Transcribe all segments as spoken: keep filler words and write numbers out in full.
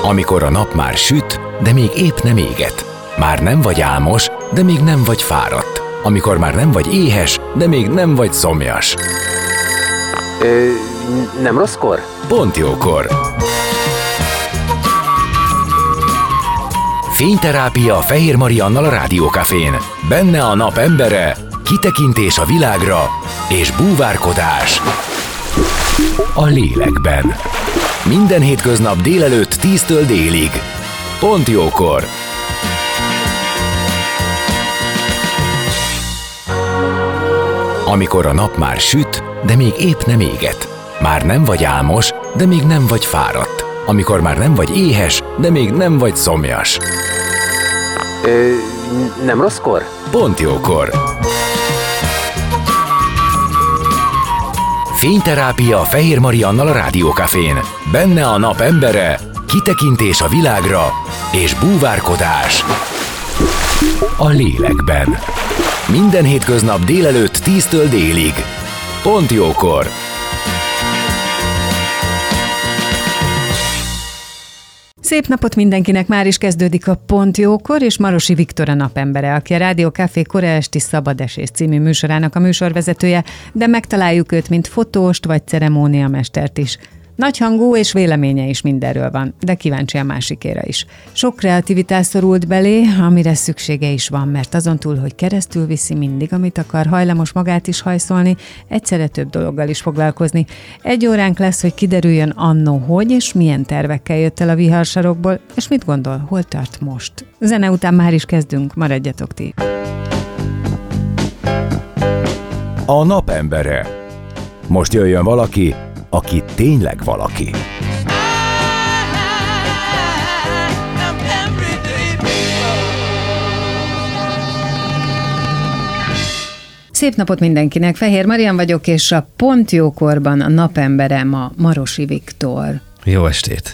Amikor a nap már süt, de még épp nem éget. Már nem vagy álmos, de még nem vagy fáradt. Amikor már nem vagy éhes, de még nem vagy szomjas. Ö, nem rosszkor? Pont jókor. Fényterápia Fehér Mariannal a Rádiókafén. Benne a nap embere, kitekintés a világra és búvárkodás a lélekben. Minden hétköznap délelőtt tíztől délig. Pont jókor. Amikor a nap már süt, de még épp nem éget. Már nem vagy álmos, de még nem vagy fáradt. Amikor már nem vagy éhes, de még nem vagy szomjas. Ö, nem rosszkor? Pont jókor. Fényterápia Fehér Mariannal a Rádiókafén. Benne a nap embere, kitekintés a világra és búvárkodás a lélekben. Minden hétköznap délelőtt tíztől délig. Pont jókor. Szép napot mindenkinek, már is kezdődik a Pont jókor, és Marosi Viktor a napembere, aki a Rádiókafé kora esti Szabadesés című műsorának a műsorvezetője, de megtaláljuk őt, mint fotóst vagy ceremóniamestert is. Nagyhangú és véleménye is mindenről van, de kíváncsi a másikére is. Sok kreativitás szorult belé, amire szüksége is van, mert azon túl, hogy keresztül viszi mindig, amit akar, hajlamos magát is hajszolni, egyszerre több dologgal is foglalkozni. Egy óránk lesz, hogy kiderüljön annó, hogy és milyen tervekkel jött el a viharsarokból, és mit gondol, hol tart most. Zene után már is kezdünk, maradjatok ti. A napembere. Most jöjjön valaki, aki tényleg valaki. Szép napot mindenkinek, Fehér Marian vagyok, és a Pont jókorban a napembere ma Marosi Viktor. Jó estét!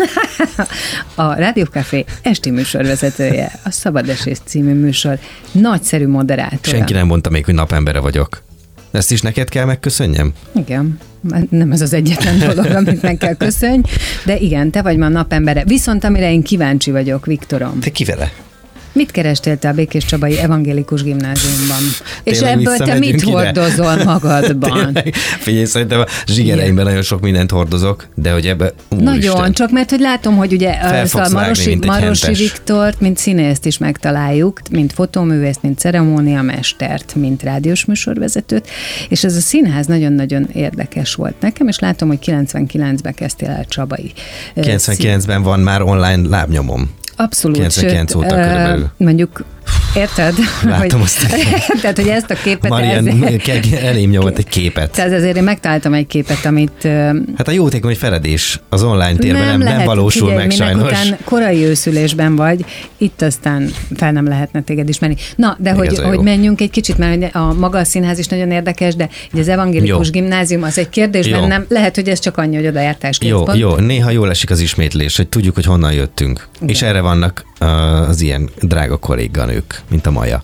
A Rádiókafé esti műsorvezetője, a Szabadesés című műsor nagyszerű moderátora. Senki nem mondta még, hogy napembere vagyok. Ezt is neked kell megköszönjem? Igen, nem ez az egyetlen dolog, amit meg kell köszönj, de igen, te vagy már napembere. Viszont amire én kíváncsi vagyok, Viktorom. Te ki vele? Mit kerestél te a Békés Csabai Evangélikus Gimnáziumban? És Tényleg ebből te mit ide? hordozol magadban? Tényleg. Figyelj, szerintem a zsigereimben nagyon sok mindent hordozok, de hogy ebbe... Nagyon, Isten. csak mert hogy látom, hogy ugye Fel a Marosi, Marosi Viktort, mint színészt is megtaláljuk, mint fotóművészt, mint ceremóniamestert, mint rádiós műsorvezetőt, és ez a színház nagyon-nagyon érdekes volt nekem, és látom, hogy kilencvenkilencben kezdtél el Csabai. kilencvenkilencben van már online lábnyomom. Abszolút. kilencvenkilenc sőt, óta körülbelül. Mondjuk, érted? Látom hogy, azt. Tehát, hogy ezt a képet... Marian ez, elém nyomott egy képet. tehát azért én megtaláltam egy képet, amit... Hát a jótékony feledés az online térben nem, nem, lehet, nem valósul figyelj, meg sajnos. Után korai őszülésben vagy, itt aztán fel nem lehetne téged ismerni. Na, de hogy, hogy menjünk egy kicsit, mert a maga a színház is nagyon érdekes, de az Evangélikus jó. Gimnázium az egy kérdés jó. bennem. Lehet, hogy ez csak annyi, hogy oda jártál Jó, jó, néha jól esik az ismétlés, hogy tudjuk, hogy honnan jöttünk. Igen. És erre vannak az ilyen drága kolléganők, mint a Maja.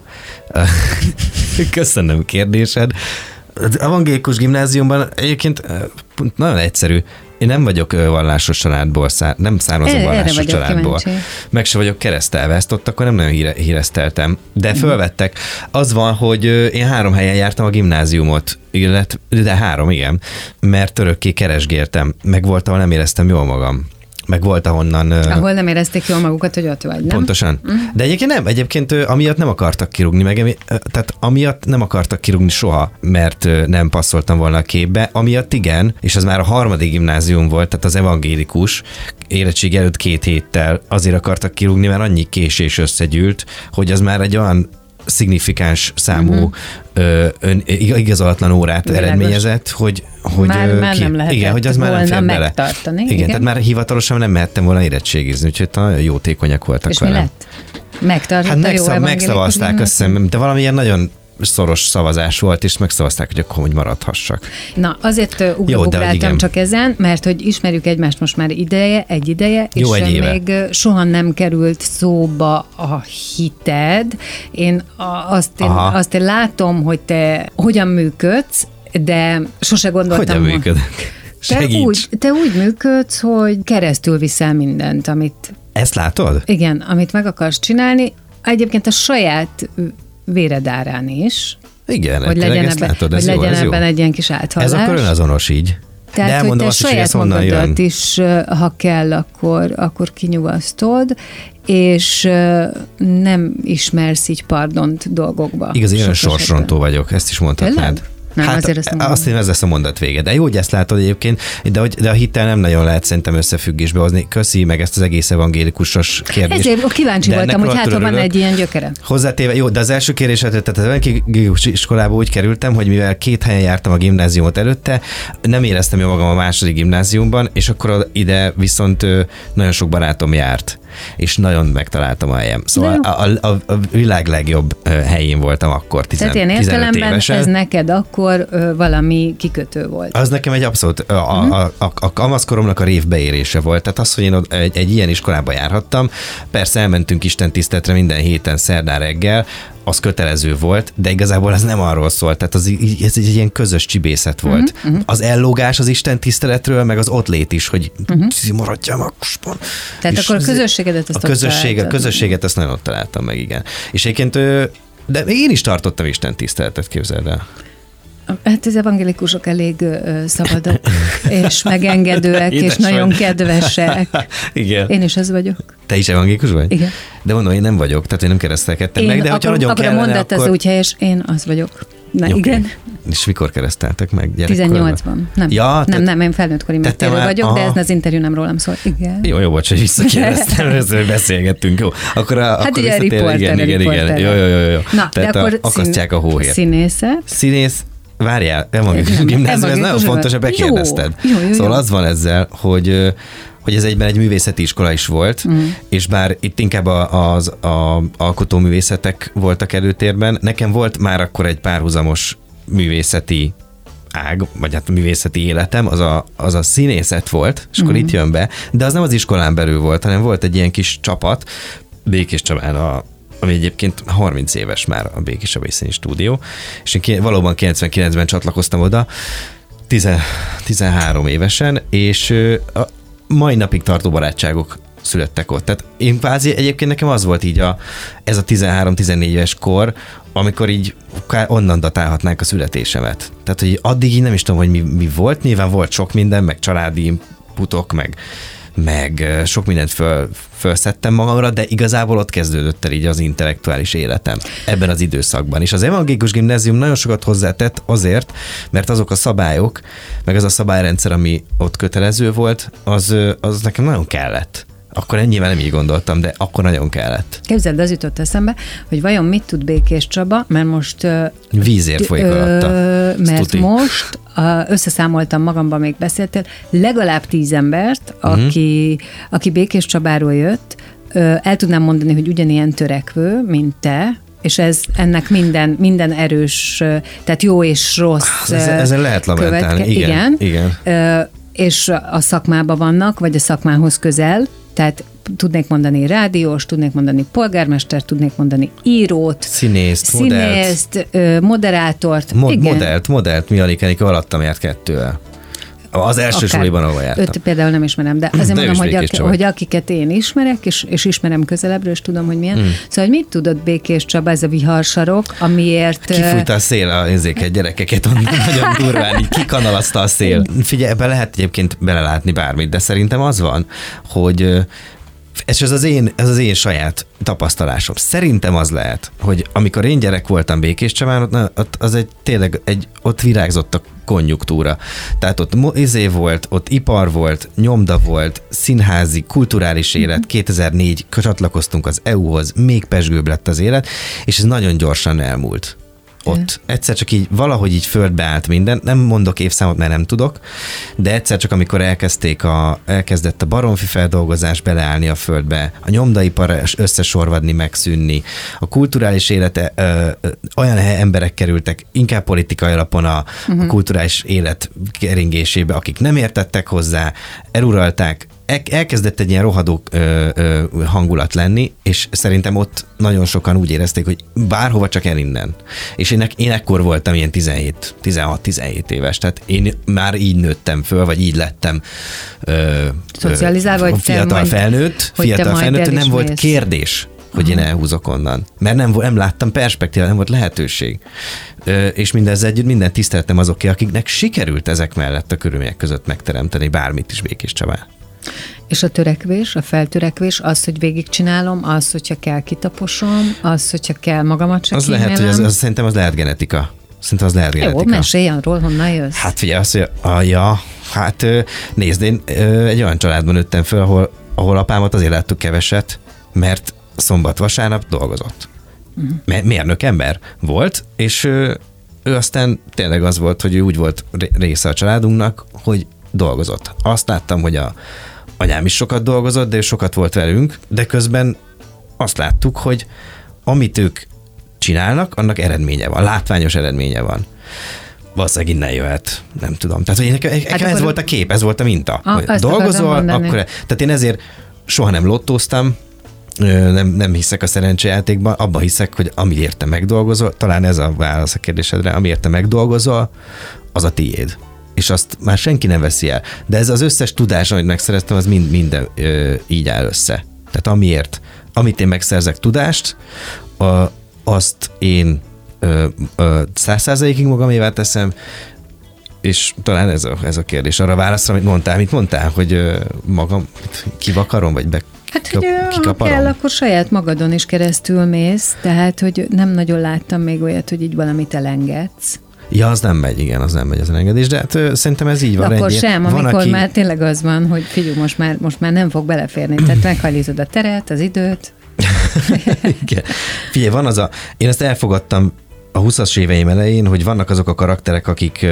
Köszönöm kérdésed. Az Evangélikus Gimnáziumban egyébként nagyon egyszerű. Én nem vagyok vallásos családból, szá- nem származom vallásos családból. Kíváncsi. Meg se vagyok keresztelve, ezt ott akkor nem nagyon híre- híreszteltem. De fölvettek. Az van, hogy én három helyen jártam a gimnáziumot, illetve, de három, igen, mert örökké keresgéltem. Meg volt, ahol nem éreztem jól magam. Meg volt ahonnan... Ahol nem érezték jól magukat, hogy ott vagy, nem? Pontosan. Uh-huh. De egyébként nem, egyébként amiatt nem akartak kirúgni, meg, tehát amiatt nem akartak kirúgni soha, mert nem passzoltam volna a képbe, amiatt igen, és az már a harmadik gimnázium volt, tehát az evangélikus, érettség előtt két héttel azért akartak kirúgni, mert annyi késés összegyűlt, hogy az már egy olyan szignifikáns számú uh-huh. ö, ön, igazolatlan órát Világos. eredményezett, hogy, hogy már, ö, már ki, nem lehetett igen, hogy az már nem fér bele. Igen, igen, tehát már hivatalosan nem mehettem volna érettségizni, úgyhogy nagyon jótékonyak voltak és velem. mi lett? Megtartott hát a megszav, jó megszavazták, azt hiszem, de valamilyen nagyon szoros szavazás volt, és megszavazták, hogy akkor hogy maradhassak. Na, azért ugráltam csak ezen, mert hogy ismerjük egymást most már ideje, egy ideje, Jó, és egy éve. még soha nem került szóba a hited. Én azt én, azt én látom, hogy te hogyan működsz, de sose gondoltam... Hogyan működök? Segíts! úgy, te úgy működsz, hogy keresztül viszel mindent, amit... Ezt látod? Igen, amit meg akarsz csinálni, egyébként a saját véred árán is, Igen, hogy legyen ezt ebben, látod, hogy ez jó, legyen ez jó. ebben egy ilyen kis áthallás. Ez akkor önazonos így. Tehát, de hogy te azt is, saját hogy magadat jön. is, ha kell, akkor, akkor kinyugasztod, és nem ismersz így pardont dolgokba. Igazi, olyan sorsrontó vagyok, ezt is mondhatnád. Tényleg? Nem, hát azért ezt nem azt hiszem, ez lesz a mondat vége. De jó, hogy ezt látod egyébként, de, hogy, de a hittel nem nagyon lehet szerintem összefüggésbe hozni. Köszi meg ezt az egész evangélikusos kérdést. Ezért kíváncsi de voltam, hogy hát van örülök. egy ilyen gyökere. Hozzátéve, jó, de az első kérdésre, tehát az evangélikus iskolába úgy kerültem, hogy mivel két helyen jártam a gimnáziumot előtte, nem éreztem jól magam a második gimnáziumban, és akkor ide viszont ö, nagyon sok barátom járt, és nagyon megtaláltam a helyem. Szóval a, a, a világ legjobb ö, helyén voltam akkor, tizenöt Tehát ilyen értelemben évesen. ez neked akkor ö, valami kikötő volt. Az nekem egy abszolút, a, a, a, a, a kamaszkoromnak a révbeérése volt. Tehát az, hogy én ott egy, egy ilyen iskolába járhattam, persze elmentünk istentiszteletre minden héten szerdán reggel, az kötelező volt, de igazából ez nem arról szólt, tehát az, ez egy ilyen közös csibészet volt. Uh-huh. Az ellógás az Isten tiszteletről, meg az ott lét is, hogy uh-huh. maradjam a kusban. Tehát és akkor a közösségedet azt a közösség, a közösséget azt nagyon ott találtam meg, igen. És egyébként, de én is tartottam Isten tiszteletet, képzeld el. Hát az evangélikusok elég ö, szabadok, és megengedőek, Édes és nagyon vagy. kedvesek. Igen. Én is az vagyok. Te is evangélikus vagy? Igen. De mondom, én nem vagyok, tehát én nem keresztelkedtem Én meg, de hogyha akkor, nagyon akkor a kellene, mondat akkor... az úgy helyes, én az vagyok. Na, Jó, igen. És mikor kereszteltek meg? Gyerekkorban? tizennyolcban. Nem, Ja, nem, tehát- nem, én felnőttkori Tehát te megtérő már- vagyok, de aha. ez az interjú nem rólam szól. Igen. Jó, jó, bocs, hogy visszakérdeztem, ezzel beszélgettünk. Jó, akkor, a, Hát akkor ugye a visszatér, riporter, igen, a igen, igen. riporter. Jó, jó, jó, jó. Na, Tehát de a, akkor akasztják a hóhért. Színészet. Színész, várjál, evangélikus Nem, gimnázium, ez nagyon evangélikus fontos, hogy vagy. bekérdezted. Jó, jó, jó, Szóval jó. az van ezzel, hogy hogy ez egyben egy művészeti iskola is volt, mm. és bár itt inkább a- az a alkotóművészetek voltak előtérben, nekem volt már akkor egy párhuzamos művészeti ág, vagy hát művészeti életem, az a, az a színészet volt, és akkor Mhm. itt jön be, de az nem az iskolán belül volt, hanem volt egy ilyen kis csapat, Békés Csabán, a, ami egyébként harminc éves már a Békés Csabai Színi Stúdió, és én ki- valóban kilencvenkilencben csatlakoztam oda, tíz, tizenhárom évesen, és ö, a mai napig tartó barátságok születtek ott. Tehát én kvázi egyébként nekem az volt így a, ez a tizenhárom-tizennégy éves kor, amikor így kár onnan datálhatnánk a születésemet. Tehát, hogy addig így nem is tudom, hogy mi, mi volt. Nyilván volt sok minden, meg családi putok, meg, meg sok mindent föl, fölszedtem magamra, de igazából ott kezdődött el így az intellektuális életem ebben az időszakban. És az evangélikus gimnázium nagyon sokat hozzátett azért, mert azok a szabályok, meg az a szabályrendszer, ami ott kötelező volt, az, az nekem nagyon kellett. Akkor nyilván nem így gondoltam, de akkor nagyon kellett. Képzeld, az jutott eszembe, hogy vajon mit tud Békés Csaba, mert most... ö, Vízért folyik ö, alatta. Mert Tuti. most a, összeszámoltam magamban, még beszéltél, legalább tíz embert, Mhm. aki, aki Békés Csabáról jött, ö, el tudnám mondani, hogy ugyanilyen törekvő, mint te, és ez ennek minden, minden erős, ö, tehát jó és rossz. Ez- ö, ezen lehet lamentálni. követke- Igen, igen. Ö, és a szakmában vannak, vagy a szakmához közel, tehát tudnék mondani rádiós, tudnék mondani polgármester, tudnék mondani írót, Színészt, modellt. színészt, ö, moderátort. Mod- igen. modellt, modellt, mi alig Enika alattam járt kettővel. Az első Akár. suliban, ahol jártam. Őt például nem ismerem, de azért De ő mondom, is hogy, Békés ak- Csaba. hogy akiket én ismerek, és, és ismerem közelebbről, és tudom, hogy milyen. Hmm. Szóval, hogy mit tudott Békés Csaba, ez a viharsarok, amiért... Kifújta a szél a érzéket gyerekeket, onnan nagyon durván, így kikanalazta a szél. Figyelj, ebbe lehet egyébként belelátni bármit, de szerintem az van, hogy ö, ez az én, ez az én saját tapasztalásom. Szerintem az lehet, hogy amikor én gyerek voltam Békés Csabán, ott, na, ott az egy tényleg, egy, ott virágzott a konjunktúra. Tehát ott mo- izé volt, ott ipar volt, nyomda volt, színházi, kulturális élet, kétezer-négy csatlakoztunk az é u-hoz, még pezsgőbb lett az élet, és ez nagyon gyorsan elmúlt. Ott egyszer csak így valahogy így földbe állt minden, nem mondok évszámot, mert nem tudok, de egyszer csak amikor elkezdték a, elkezdett a baromfi feldolgozás beleállni a földbe, a nyomdaipar összesorvadni, megszűnni, a kulturális élete, ö, ö, olyan hely emberek kerültek inkább politikai alapon a, uh-huh. a kulturális élet keringésébe, akik nem értettek hozzá, eluralták, elkezdett egy ilyen rohadó ö, ö, hangulat lenni, és szerintem ott nagyon sokan úgy érezték, hogy bárhova csak el innen. És én, én ekkor voltam ilyen tizenhét, tizenhat tizenhét éves, tehát én már így nőttem föl, vagy így lettem ö, szocializálva, ö, hogy fiatal majd, felnőtt, hogy fiatal felnőtt, hogy nem volt mész. kérdés, hogy én elhúzok onnan. Mert nem, nem láttam perspektívát, nem volt lehetőség. Ö, és mindezzel együtt minden tiszteltem azoké, akiknek sikerült ezek mellett a körülmények között megteremteni bármit is Békés Csabán. És a törekvés, a feltörekvés, az, hogy végigcsinálom, az, hogyha kell kitaposom, az, hogyha kell magamat se Az kímélem. lehet, hogy az, az, szerintem az lehet genetika. Szerintem az lehet genetika. Jó, mesélj arról, honnan jössz? Hát figyelj, azt mondja, ja, hát nézd, én egy olyan családban nőttem föl, ahol, ahol apámat azért láttuk keveset, mert szombat-vasárnap dolgozott. Uh-huh. Mérnök ember volt, és ő, ő aztán tényleg az volt, hogy ő úgy volt része a családunknak, hogy dolgozott. Azt láttam, hogy a anyám is sokat dolgozott, de ő sokat volt velünk, de közben azt láttuk, hogy amit ők csinálnak, annak eredménye van, látványos eredménye van. Valószínűleg innen jöhet, nem tudom. Tehát, hogy nekem, hát ez volt a kép, ez volt a minta. A, hogy dolgozol, akkor... Tehát én ezért soha nem lottóztam, nem, nem hiszek a szerencsejátékban, abban hiszek, hogy ami érte megdolgozol, talán ez a válasz a kérdésedre, ami érte megdolgozol, az a tiéd. És azt már senki nem veszi el. De ez az összes tudás, amit megszereztem, az mind, minden ö, így áll össze. Tehát amiért, amit én megszerzek tudást, a, azt én száz százalékig magamévá teszem, és talán ez a, ez a kérdés. Arra válaszra, amit mondtál, mit mondtál, hogy ö, magam kivakarom, vagy be Hát, hogy ha kell, akkor saját magadon is keresztül mész, tehát, hogy nem nagyon láttam még olyat, hogy így valamit elengedsz. Ja, az nem megy, igen, az nem megy az elengedés, de hát ö, szerintem ez így van. De akkor egy sem, van, amikor aki... már tényleg az van, hogy figyelj, most már, most már nem fog beleférni, tehát meghajlítod a teret, az időt. Igen. Figyelj, van az a... Én ezt elfogadtam a huszas éveim elején, hogy vannak azok a karakterek, akik,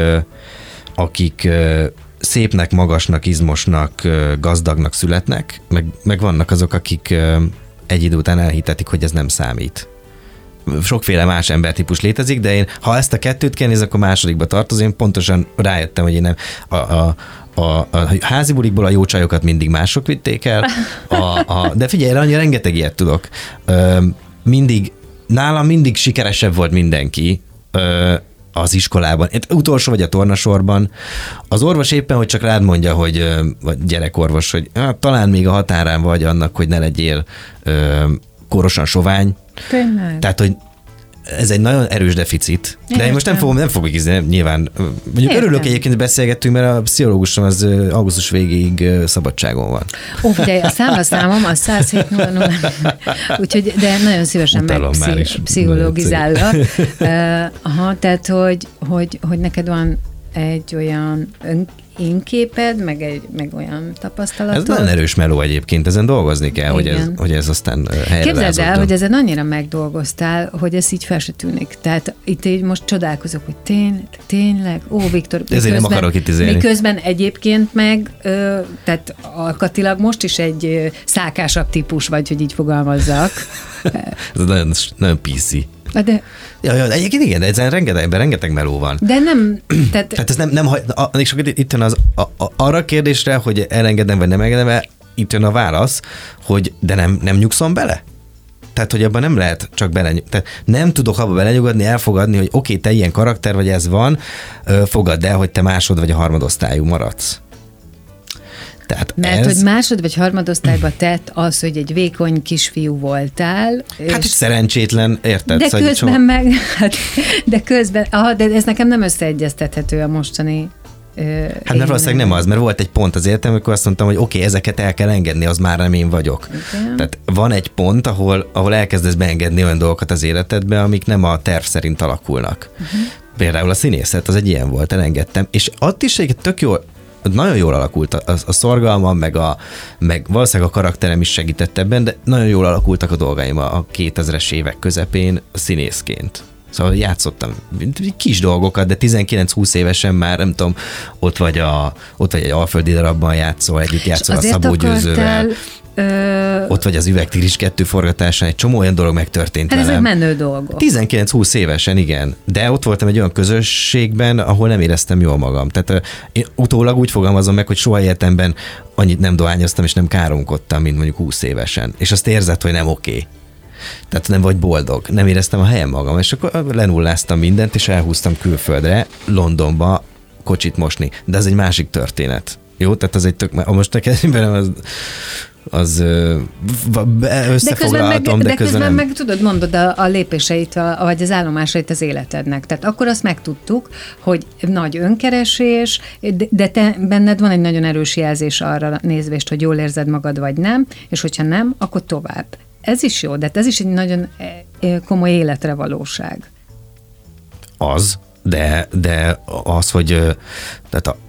akik szépnek, magasnak, izmosnak, gazdagnak születnek, meg, meg vannak azok, akik egy idő után elhitetik, hogy ez nem számít. Sokféle más embertípus létezik, de én, ha ezt a kettőt kell nézni, akkor másodikba tartozom. Én pontosan rájöttem, hogy én nem... A, a, A, a házi bulikból a jó csajokat mindig mások vitték el, a, a, de figyelj, annyira rengeteg ilyet tudok. Ö, mindig, nálam mindig sikeresebb volt mindenki ö, az iskolában. Én utolsó vagy a tornasorban. Az orvos éppen, hogy csak rád mondja, hogy vagy gyerekorvos, hogy hát, talán még a határán vagy annak, hogy ne legyél ö, korosan sovány. Tényleg. Tehát, hogy ez egy nagyon erős deficit, de én, én most nem fogom, nem fogok ízni, nyilván. Mondjuk Értem. Örülök egyébként, hogy beszélgettünk, mert a pszichológusom az augusztus végéig szabadságon van. Ó, figyelj, a számlaszámom az száz hét nulla nulla, úgyhogy, de nagyon szívesen megpszichologizállak. Uh, aha, tehát, hogy, hogy, hogy neked van egy olyan ön, énképed, meg, egy, meg olyan tapasztalatod. Ez nagyon erős meló egyébként, ezen dolgozni kell, hogy ez, hogy ez aztán helyre Képzeld el, hogy ezen annyira megdolgoztál, hogy ez így fel se tűnik. Tehát itt így most csodálkozok, hogy tény, tényleg, ó, Viktor, ezért nem akarok itt izélni. Miközben egyébként meg, ö, tehát alkatilag most is egy ö, szákásabb típus vagy, hogy így fogalmazzak. Ez nagyon, nagyon pé cé. De... Ja, ja, egyébként igen, de ezen rengeteg, rengeteg meló van. De nem... Tehát, tehát ez nem, nem a, és itt jön az, a, a, arra a kérdésre, hogy elengedem vagy nem engedem, itt jön a válasz, hogy de nem, nem nyugszom bele? Tehát, hogy abban nem lehet csak belenyugodni. Tehát nem tudok abba belenyugodni, elfogadni, hogy oké, okay, te ilyen karakter vagy, ez van, fogadd el, hogy te másod vagy a harmadosztályú maradsz. Tehát Mert ez... hogy másod vagy harmadosztályba tett az, hogy egy vékony kisfiú voltál. Hát és... szerencsétlen, érted? De szóval közben csomó... meg, hát, de közben, aha, de ez nekem nem összeegyeztethető a mostani. Ö, hát mert valószínűleg nem az, mert volt egy pont az életem, amikor azt mondtam, hogy oké, okay, ezeket el kell engedni, az már nem én vagyok. Igen. Tehát van egy pont, ahol, ahol elkezdesz beengedni olyan dolgokat az életedbe, amik nem a terv szerint alakulnak. Uh-huh. Például a színészet, az egy ilyen volt, elengedtem, és ott is egy tök jól, nagyon jól alakult a, a szorgalmam, meg, a, meg valószínűleg a karakterem is segített ebben, de nagyon jól alakultak a dolgaim a kétezres évek közepén színészként. Szóval játszottam kis dolgokat, de tizenkilenc-húsz évesen már, nem tudom, ott vagy, a, ott vagy egy alföldi darabban játszol, együtt játszol a Szabó Győzővel. Ö... Ott vagy az Üvegtigris kettő forgatásán, egy csomó olyan dolog megtörtént hát velem. Ezek menő dolgok. tizenkilenc-húsz évesen, igen. De ott voltam egy olyan közösségben, ahol nem éreztem jól magam. Tehát én utólag úgy fogalmazom meg, hogy soha életemben annyit nem dohányoztam, és nem káromkodtam, mint mondjuk húsz évesen. És azt érzed, hogy nem oké. Okay. Tehát nem vagy boldog. Nem éreztem a helyem magam, és akkor lenulláztam mindent, és elhúztam külföldre, Londonba kocsit mosni. De ez egy másik történet. Jó? Tehát az egy tök... Most neked az... az összefoglalhatom, de, de közben, meg, de közben nem. meg tudod, mondod a, a lépéseit, a, vagy az állomásait az életednek. Tehát akkor azt megtudtuk, hogy nagy önkeresés, de, de te benned van egy nagyon erős jelzés arra nézvést, hogy jól érzed magad, vagy nem, és hogyha nem, akkor tovább. Ez is jó, de ez is egy nagyon komoly életre valóság. Az, de, de az, hogy tehát a,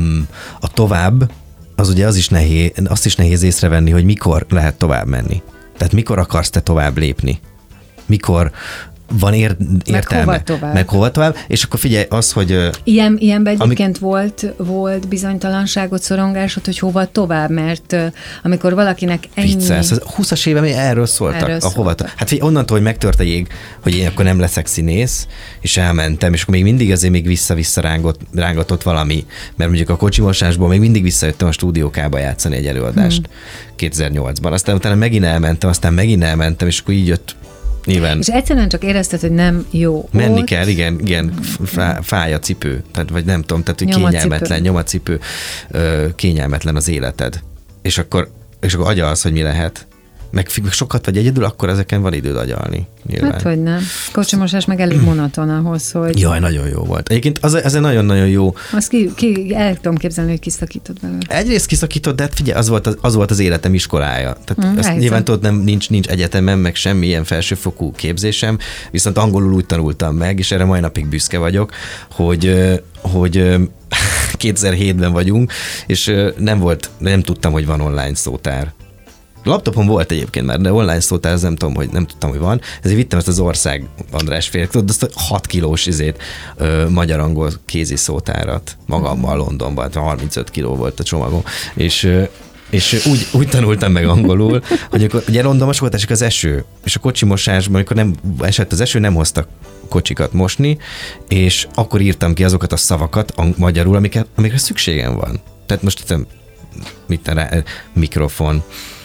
a tovább, az ugye az is nehéz, azt is nehéz észrevenni, hogy mikor lehet tovább menni. Tehát mikor akarsz te tovább lépni? Mikor van ér, értelme? Meg hova tovább? Meg hova tovább? És akkor figyelj, az, hogy... Ilyen, ilyenben egyébként amik... volt, volt bizonytalanságot, szorongásod, hogy hova tovább, mert uh, amikor valakinek ennyi... Vicces, az húszas éve még erről szóltak. Erről a hova szóltak. to... Hát figyelj, onnantól, hogy megtört a jég, hogy én akkor nem leszek színész, és elmentem, és akkor még mindig azért még vissza-vissza rángot, rángatott valami, mert mondjuk a kocsimosásból még mindig visszajöttem a stúdiókába játszani egy előadást hmm. kétezer-nyolcban. Aztán utána megint elmentem, aztán megint elmentem, és akkor így jött. Nyilván. És egyszerűen csak érezted, hogy nem jó. Menni ott. kell, igen, igen, fáj a cipő, tehát, vagy nem tudom, tehát, hogy kényelmetlen, nyom a cipő, kényelmetlen az életed. És akkor, és akkor agyalsz, hogy mi lehet. Meg sokat vagy egyedül, akkor ezeken van időd agyalni. Nyilván. Hát, hogy nem. Kocsimosás meg elég monoton ahhoz, hogy... Jaj, nagyon jó volt. Egyébként az, ez egy nagyon-nagyon jó... Azt ki, ki, el tudom képzelni, hogy kiszakítod belőle. Egyrészt kiszakítod, de hát figyelj, az volt az, az, volt az életem iskolája. Tehát mm, ezt nyilván tudod, nem, nincs, nincs egyetemem, meg semmilyen felsőfokú képzésem, viszont angolul úgy tanultam meg, és erre mai napig büszke vagyok, hogy, hogy kétezer-hétben vagyunk, és nem volt, nem tudtam, hogy van online szótár. Laptopon volt egyébként már, de online szótár, ez nem tudom, hogy nem tudtam, hogy van. Ezért vittem ezt az Ország András fél, tudod, azt a hat kilós izét, ö, magyar-angol kézi szótárat magammal Londonban, harmincöt kiló volt a csomagom, és ö, és úgy, úgy tanultam meg angolul, hogy akkor ugye Londonban volt esik az eső, és a kocsimosásban, amikor nem esett az eső, nem hoztak kocsikat mosni, és akkor írtam ki azokat a szavakat magyarul, amiket, amikre szükségem van. Tehát most tudom, mit rá, mikrofon,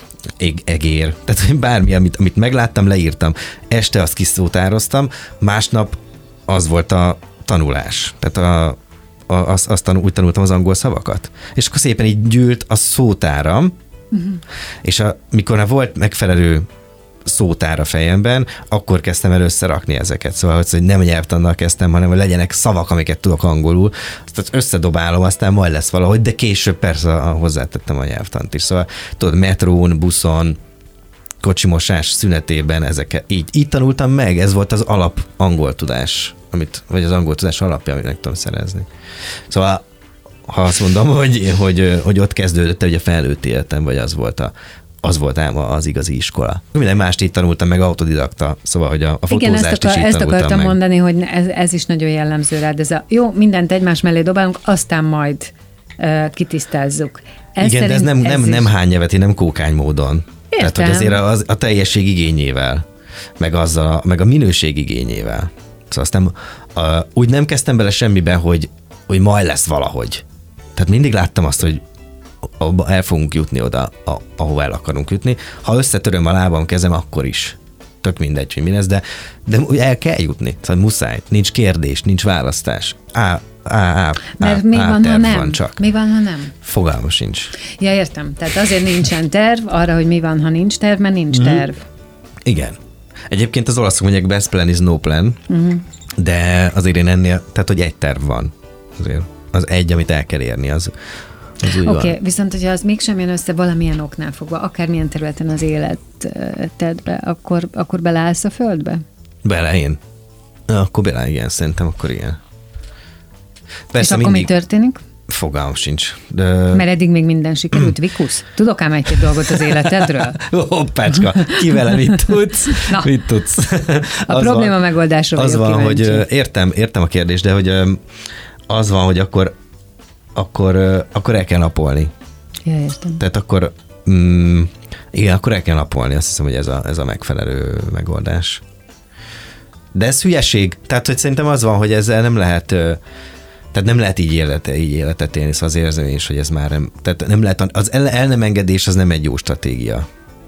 egér, tehát bármi, amit, amit megláttam, leírtam. Este azt kiszótároztam, másnap az volt a tanulás. Tehát a, a, azt, azt tanul, úgy tanultam az angol szavakat. És akkor szépen így gyűlt a szótáram, uh-huh. és a, mikor már volt megfelelő szótár a fejemben, akkor kezdtem el összerakni ezeket. Szóval, hogy nem nyelvtannal kezdtem, hanem hogy legyenek szavak, amiket tudok angolul, azt összedobálom, aztán majd lesz valahogy, de később persze hozzátettem a nyelvtant is. Szóval tudod, metrón, buszon, kocsimosás szünetében ezeket így, így tanultam meg, ez volt az alap angol tudás, amit, vagy az angol tudás alapja, amit meg tudom szerezni. Szóval, ha azt mondom, hogy, hogy, hogy ott kezdődött, hogy a felnőtt életem, vagy az volt a az volt ám az igazi iskola. Minden mást így tanultam meg, autodidakta, szóval, hogy a, a fotózást igen, ezt, akar, is így ezt akartam meg. mondani, hogy ez, ez is nagyon jellemző rád. Ez a, jó, mindent egymás mellé dobálunk, aztán majd uh, kitisztázzuk. Ez igen, de ez nem, nem, ez nem hány neveti, nem kókány módon. Értem. Tehát, hogy azért az, a teljesség igényével, meg, azzal, meg a minőség igényével. Szóval aztán uh, úgy nem kezdtem bele semmibe, hogy, hogy majd lesz valahogy. Tehát mindig láttam azt, hogy el fogunk jutni oda, ahova el akarunk jutni. Ha összetöröm a lábam, kezem, akkor is. Tök mindegy, hogy mi lesz, de, de el kell jutni. Szóval muszáj. Nincs kérdés, nincs választás. Á, á, á, Mert á, mi á, van, ha nem? Van csak. Mi van, ha nem? Fogalma sincs. Ja, értem. Tehát azért nincsen terv, arra, hogy mi van, ha nincs terv, mert nincs mm. terv. Igen. Egyébként az olaszok mondják, best plan is no plan, mm. de azért én ennél, tehát hogy egy terv van. Azért az egy, amit el kell érni, az Oké, okay, viszont hogyha az mégsem jön össze valamilyen oknál fogva, akármilyen területen az életedbe, akkor, akkor beleállsz a földbe? Bele én. Akkor bele, igen, szerintem akkor igen. Persze és akkor mindig... mi történik? Fogalmam sincs. De... Mert eddig még minden sikerült, Vikusz? Tudok ám egy-két dolgot az életedről? Hoppácska, ki vele mit tudsz? Na, mit tudsz? A probléma van, megoldásra az vagyok van, kíváncsi. hogy értem, értem a kérdést, de hogy az van, hogy akkor, akkor, akkor el kell napolni. Ja, értem. Tehát akkor, mm, igen, akkor el kell napolni. Azt hiszem, hogy ez a, ez a megfelelő megoldás. De ez hülyeség. Tehát, hogy szerintem az van, hogy ezzel nem lehet, tehát nem lehet így, élete, így életet élni, szóval az érzem is, hogy ez már nem, tehát nem lehet, az el, el nem engedés az nem egy jó stratégia.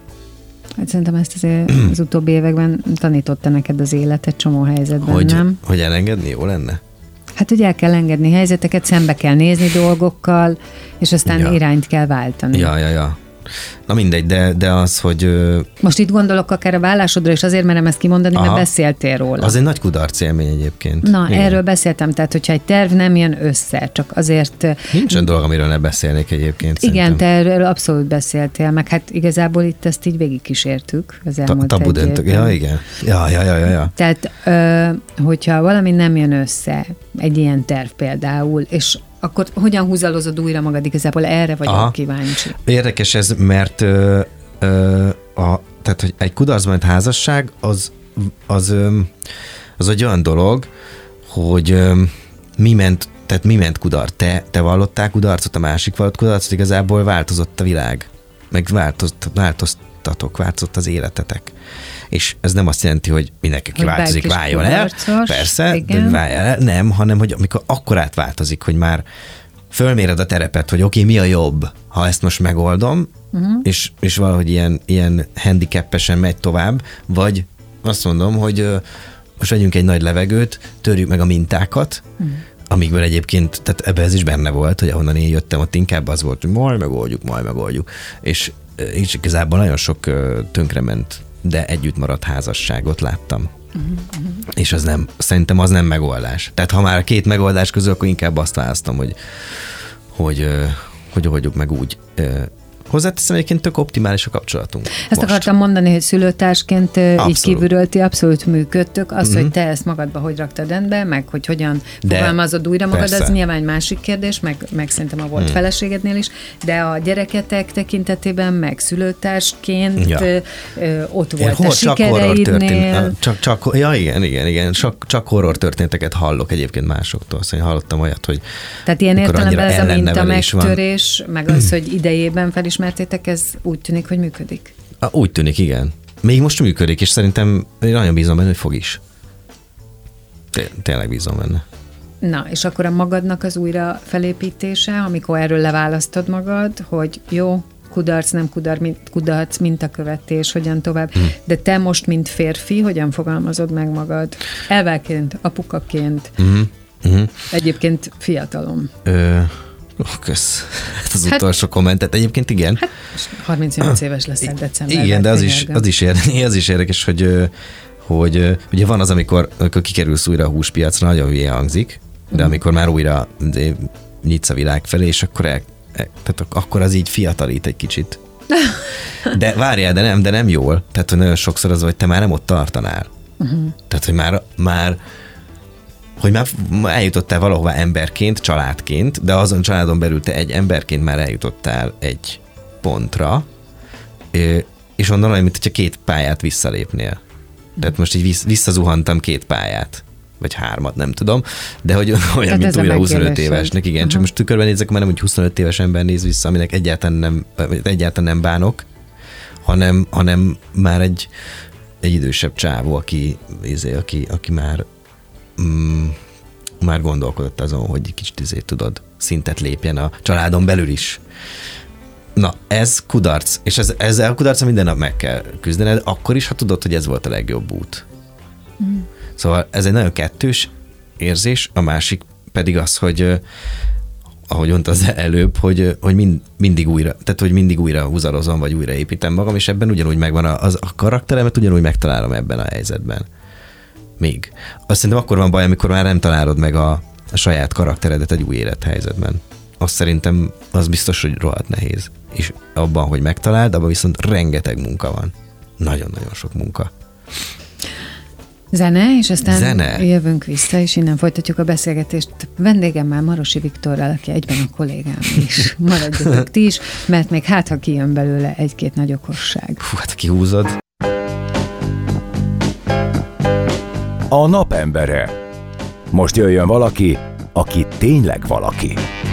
Hát szerintem ezt azért az utóbbi években tanította neked az élet egy csomó helyzetben, Hogy, nem? hogy elengedni jó lenne? Hát, hogy el kell engedni helyzeteket, szembe kell nézni dolgokkal, és aztán Ja. irányt kell váltani. Ja, ja, ja. Na mindegy, de, de az, hogy... Most itt gondolok akár a vállásodra, és azért merem ezt kimondani, Aha. mert beszéltél róla. Az egy nagy kudarc élmény egyébként. Na, Igen. erről beszéltem, tehát hogyha egy terv nem jön össze, csak azért... Nincs olyan dolog, amiről ne beszélnék egyébként. Igen, szerintem. te erről abszolút beszéltél, meg hát igazából itt ezt így végigkísértük az Ta- elmúlt tabu egy döntök. évben. Ja, igen. Ja, ja, ja, ja, ja. Tehát, ö, hogyha valami nem jön össze, egy ilyen terv például, és akkor hogyan húzalozod újra magad? Igazából erre vagyok Aha. kíváncsi. Érdekes ez, mert ö, ö, a, tehát, hogy egy kudarcban egy házasság, az, az, ö, az egy olyan dolog, hogy ö, mi ment, tehát mi ment kudarc? Te, te vallottál kudarcot, a másik vallott kudarcot, igazából változott a világ. Meg változt, változtatok, változott az életetek. És ez nem azt jelenti, hogy mindenki Hogy változik, bárki is váljon el. kudarcos, Persze, igen. de váljon el. Nem, hanem, hogy amikor akkor átváltozik, hogy már fölméred a terepet, hogy oké, okay, mi a jobb, ha ezt most megoldom, uh-huh. és, és valahogy ilyen, ilyen handicappesen megy tovább, vagy azt mondom, hogy ö, most vegyünk egy nagy levegőt, törjük meg a mintákat, uh-huh. amikből egyébként, tehát ebbe ez is benne volt, hogy ahonnan én jöttem, ott inkább az volt, hogy majd megoldjuk, majd megoldjuk. És így igazából nagyon sok ö, tönkrement, de együtt maradt házasságot láttam. Uh-huh. És az nem, szerintem az nem megoldás. Tehát ha már a két megoldás közül, akkor inkább azt választom, hogy hogy, ö, hogy oldjuk meg úgy. Ö, Hozzáteszem, egyébként tök optimális a kapcsolatunk. Ezt most. akartam mondani, hogy szülőtársként abszolút. Így kívülről ti abszolút működtök. Az, uh-huh. hogy te ezt magadba hogy raktad rendbe, meg hogy hogyan de, fogalmazod újra magad, persze. Az nyilván másik kérdés, meg, meg szerintem a volt hmm. feleségednél is, de a gyereketek tekintetében, meg szülőtársként ja. ö, ö, ott volt Hol, a csak horror sikereidnél. történt, csak, csak, ja, igen, igen, igen. Csak, csak horror történeteket hallok egyébként másoktól. Szóval hallottam olyat, hogy tehát ilyen értelemben ez a minta megtörés, van. meg az, hogy idejében felismertétek, ez úgy tűnik, hogy működik. Úgy tűnik, igen. Még most működik, és szerintem én nagyon bízom benne, hogy fog is. Té- tényleg bízom benne. Na, és akkor a magadnak az újra felépítése, amikor erről leválasztod magad, hogy jó, kudarc, nem kudarc, mint, kudarc, mintakövetés, hogyan tovább. Hmm. De te most, mint férfi, hogyan fogalmazod meg magad? Elvelként, apukaként, Mm-hmm. Mm-hmm. egyébként fiatalom. Ö, oh, kösz. Az hát, utolsó kommentet. Egyébként igen. Hát harmincnyolc éves leszel decemberben. Igen, de az is, az, is érdekes, az is érdekes, hogy, hogy ugye van az, amikor, amikor kikerülsz újra a húspiacra, nagyon hülye hangzik, de amikor már újra nyitsz a világ felé, és akkor, el, tehát akkor az így fiatalít egy kicsit. De várjál, de nem, de nem jól. Tehát, hogy nagyon sokszor az, hogy te már nem ott tartanál. Uh-huh. Tehát, hogy már, már hogy már eljutottál valahová emberként, családként, de azon családon belül te egy emberként már eljutottál egy pontra, és onnan olyan, mint hogyha két pályát visszalépnél. Tehát most így visszazuhantam két pályát, vagy hármat, nem tudom, de hogy olyan, mint újra huszonöt évesnek, igen, uh-huh. Csak most tükörben nézek, már nem úgy huszonöt éves ember néz vissza, aminek egyáltalán nem, egyáltalán nem bánok, hanem, hanem már egy, egy idősebb csávó, aki, aki, aki már mm, már gondolkodott azon, hogy kicsit izé, tudod, szintet lépjen a családon belül is. Na, ez kudarc, és ez, ezzel a kudarca minden nap meg kell küzdened, akkor is, ha tudod, hogy ez volt a legjobb út. Mm. Szóval ez egy nagyon kettős érzés, a másik pedig az, hogy ahogy mondta az előbb, hogy, hogy mind, mindig újra, tehát hogy mindig újra húzalozom, vagy újra építem magam, és ebben ugyanúgy megvan a, az, a karakteremet, ugyanúgy megtalálom ebben a helyzetben. Még. Azt szerintem akkor van baj, amikor már nem találod meg a, a saját karakteredet egy új élethelyzetben. Azt szerintem az biztos, hogy rohadt nehéz. És abban, hogy megtaláld, abban viszont rengeteg munka van. Nagyon-nagyon sok munka. Zene, és aztán Zene. jövünk vissza, és innen folytatjuk a beszélgetést vendégemmel, Marosi Viktorral, aki egyben a kollégám is. Maradjatok ti is, mert még hát, ha kijön belőle egy-két nagy okosság. Hú, hát kihúzod. A napembere. Most jöjjön valaki, aki tényleg valaki.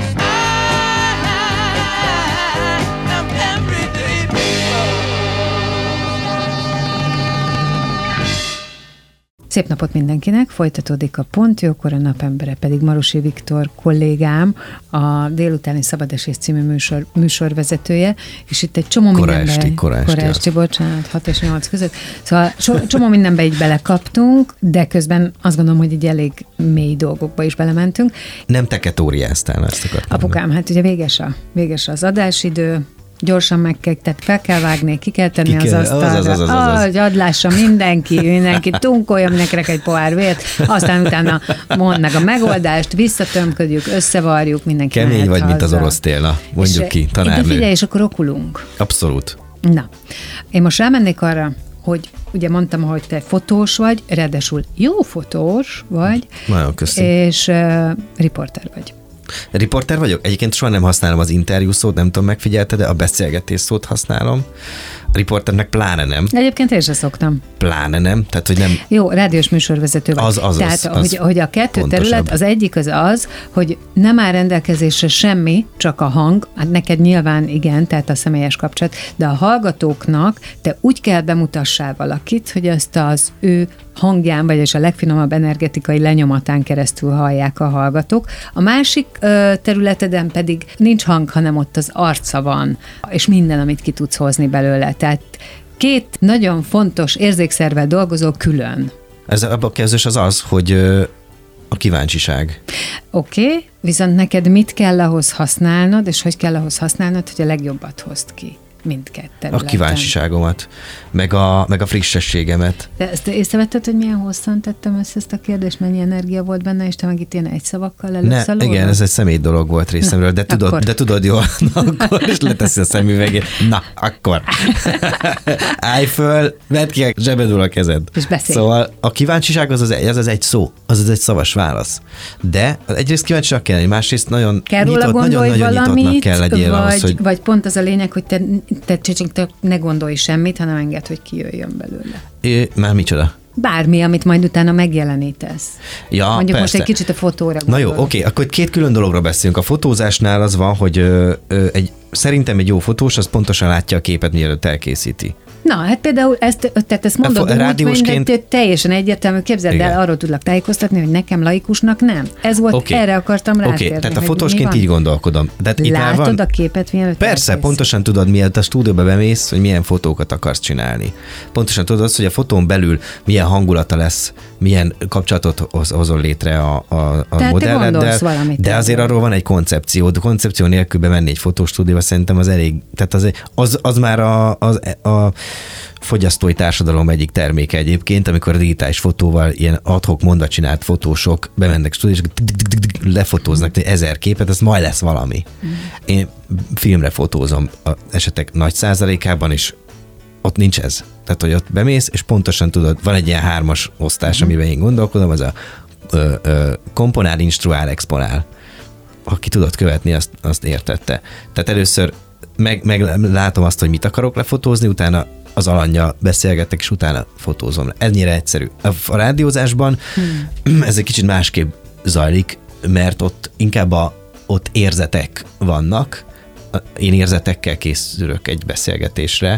Szép napot mindenkinek, folytatódik a Pontjókor, a napembere pedig Marosi Viktor kollégám, a délutáni Szabadesés című műsor, műsorvezetője, és itt egy csomó Korásti, mindenbe... korásti, Korásti, bocsánat, hat és nyolc között. Szóval so, csomó mindenbe így belekaptunk, de közben azt gondolom, hogy így elég mély dolgokba is belementünk. Nem teketóriáztál, ezt akartam. Apukám, hát ugye véges, a, véges az adásidő, gyorsan meg kell, tehát fel kell vágni, ki kell tenni ki kell, az asztalra, az, az, az, az, az. hogy add lássa mindenki, mindenki tunkolja mindenkinek egy pohár vért, aztán utána mondd meg a megoldást, visszatömködjük, összevarjuk, mindenki kemény mehet vagy, haza. mint az orosz télna, mondjuk és, ki, tanárnő. De figyelj, és akkor okulunk. Abszolút. Na, én most rámennék arra, hogy ugye mondtam, hogy te fotós vagy, ráadásul jó fotós vagy, nagyon köszönöm. És uh, riporter vagy. Riporter vagyok? Egyébként soha nem használom az interjú szót, nem tudom, megfigyelte, de a beszélgetés szót használom. A riporternek pláne nem. Egyébként én sem szoktam. Pláne nem, tehát hogy nem... Jó, rádiós műsorvezető vagy. Az, az, Tehát, az, az hogy, hogy a kettő pontosabb. terület, az egyik az az, hogy nem áll rendelkezésre semmi, csak a hang, hát neked nyilván igen, tehát a személyes kapcsolat, de a hallgatóknak te úgy kell bemutassál valakit, hogy azt az ő hangján, vagyis a legfinomabb energetikai lenyomatán keresztül hallják a hallgatók. A másik ö, területeden pedig nincs hang, hanem ott az arca van, és minden, amit ki tudsz hozni belőle. Tehát két nagyon fontos érzékszervel dolgozó külön. Ez a kezdős az az, hogy ö, a kíváncsiság. Oké, okay, viszont neked mit kell ahhoz használnod, és hogy kell ahhoz használnod, hogy a legjobbat hozd ki? Mindkett területen. A kíváncsiságomat, meg a, meg a frissességemet. De ezt észrevetted, hogy milyen hosszan tettem össze ezt a kérdést, mennyi energia volt benne, és te meg itt ilyen egy szavakkal először Ne, igen, ez egy személy dolog volt részemről, de tudod, akkor. de tudod jól, na, akkor is leteszi a szemüvegét. Na, akkor. Állj föl, vedd ki a zsebedül a kezed. És beszélj. Szóval a kíváncsiság az az egy, az az egy szó, az az egy szavas válasz. De egyrészt kíváncsiak kell lenni, másrészt nagyon kell nyitott, róla gondolj nagyon, nagyon valamit, kell legyél vagy, ahhoz, hogy... vagy pont az a lényeg, hogy te, te csicsinktek ne gondolj semmit, hanem engedd, hogy kijöjjön belőle. É, már micsoda? Bármi, amit majd utána megjelenítesz. Ja, Mondjuk persze. most egy kicsit a fotóra Na gondolok. jó, oké, akkor két külön dologról beszélünk. A fotózásnál az van, hogy ö, ö, egy, szerintem egy jó fotós az pontosan látja a képet, mielőtt elkészíti. Na, hát például ezt, tehát ezt mondod úgy, rádiósként... hogy teljesen egyértelmű, képzeld Igen. el, arról tudlak tájékoztatni, hogy nekem laikusnak nem. Ez volt, Okay. erre akartam Oké, rátérni. okay, tehát a hogy fotósként így gondolkodom. Tehát itt már látod van... a képet, mielőtt Persze, elkészít. pontosan tudod, mielőtt a stúdióba bemész, hogy milyen fotókat akarsz csinálni. Pontosan tudod azt, hogy a fotón belül milyen hangulata lesz, milyen kapcsolatot hoz, hozol létre a, a, a modelleddel, de azért arról van egy koncepció. A koncepció nélkül bemenni egy fotostúdióba szerintem az elég, tehát az, az, az már a, az, a fogyasztói társadalom egyik terméke egyébként, amikor a digitális fotóval ilyen adhok mondatcsinált fotósok bemennek stúdióba, és lefotóznak ezer képet, ez majd lesz valami. Én filmre fotózom az esetek nagy százalékában, és ott nincs ez. Tehát, hogy ott bemész, és pontosan tudod, van egy ilyen hármas osztás, amiben én gondolkodom, az a ö, ö, komponál, instruál, exponál. Aki tudod követni, azt, azt értette. Tehát először meg, meg látom azt, hogy mit akarok lefotózni, utána az alanya beszélgetek, és utána fotózom. Ennyire egyszerű. A, a rádiózásban hmm. ez egy kicsit másképp zajlik, mert ott inkább a, ott érzetek vannak. Én érzetekkel készülök egy beszélgetésre,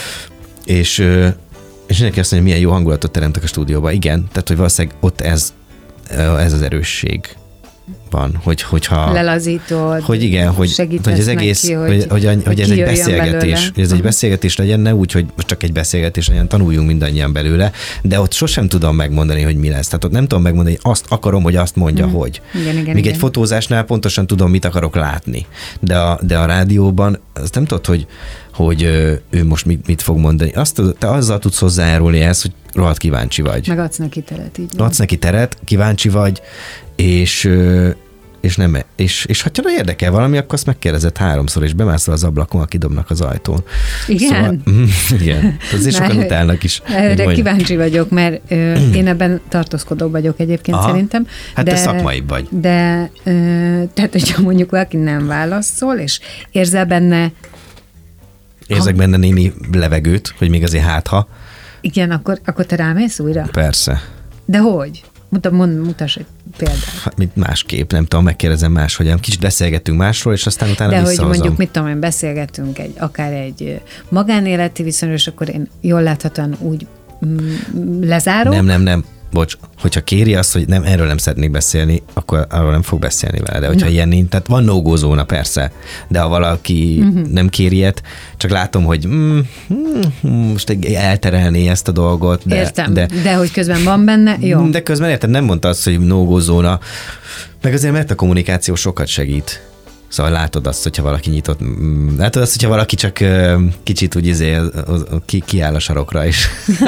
és, és mindenki azt mondja, milyen jó hangulatot teremtek a stúdióban. Igen, tehát, hogy valószínűleg ott ez, ez az erősség van, hogy, hogyha... Lelazítod, hogy igen, hogy, hogy az egész, neki, hogy, hogy, hogy, hogy ez egy beszélgetés, hogy ez egy beszélgetés legyen, ne úgy, hogy csak egy beszélgetés legyen, tanuljunk mindannyian belőle, de ott sosem tudom megmondani, hogy mi lesz. Tehát ott nem tudom megmondani, hogy azt akarom, hogy azt mondja, hmm. hogy. Igen, igen, Míg igen. egy fotózásnál pontosan tudom, mit akarok látni. De a, de a rádióban azt nem tudod, hogy, hogy ő most mit, mit fog mondani. Azt tudod, te azzal tudsz hozzájárulni ehhez, hogy rohadt kíváncsi vagy. Meg adsz neki teret, így Adsz neki teret, kíváncsi vagy, és és, nem, és, és ha csak érdekel valami, akkor azt megkérdezett háromszor, és bemászol az ablakon, aki dobnak az ajtón. Igen? Szóval, igen. Azért sokan utálnak is. Erre kíváncsi vagyok, mert ö, én ebben tartózkodó vagyok egyébként Aha. szerintem. Hát de, te szakmai vagy. De, ö, tehát, hogyha mondjuk valaki nem válaszol, és érzel benne... Érzek ha, benne némi levegőt, hogy még azért hátha. Igen, akkor, akkor te rámész újra? Persze. De hogy? Mutat, mond, mutass egy példát. Hát, mint másképp, nem tudom, megkérdezem máshogyan. Kicsit beszélgetünk másról, és aztán utána De visszahozom. hogy mondjuk, mit tudom én, beszélgetünk egy, akár egy magánéleti viszonyról, és akkor én jól láthatóan úgy mm, lezárok. Nem, nem, nem. Bocs, hogyha kéri azt, hogy nem, erről nem szeretnék beszélni, akkor arról nem fog beszélni vele. De hogyha no. ilyen nincs, tehát van no-go zóna persze, de ha valaki uh-huh. nem kéri ilyet, csak látom, hogy mm, mm, most elterelné ezt a dolgot. De, Értem, de, de hogy közben van benne, jó. De közben érted, nem mondta azt, hogy no-go zóna, meg azért mert a kommunikáció sokat segít. Szóval látod azt, hogyha valaki nyitott, látod azt, hogyha valaki csak kicsit úgy izé, ki, kiáll a sarokra is.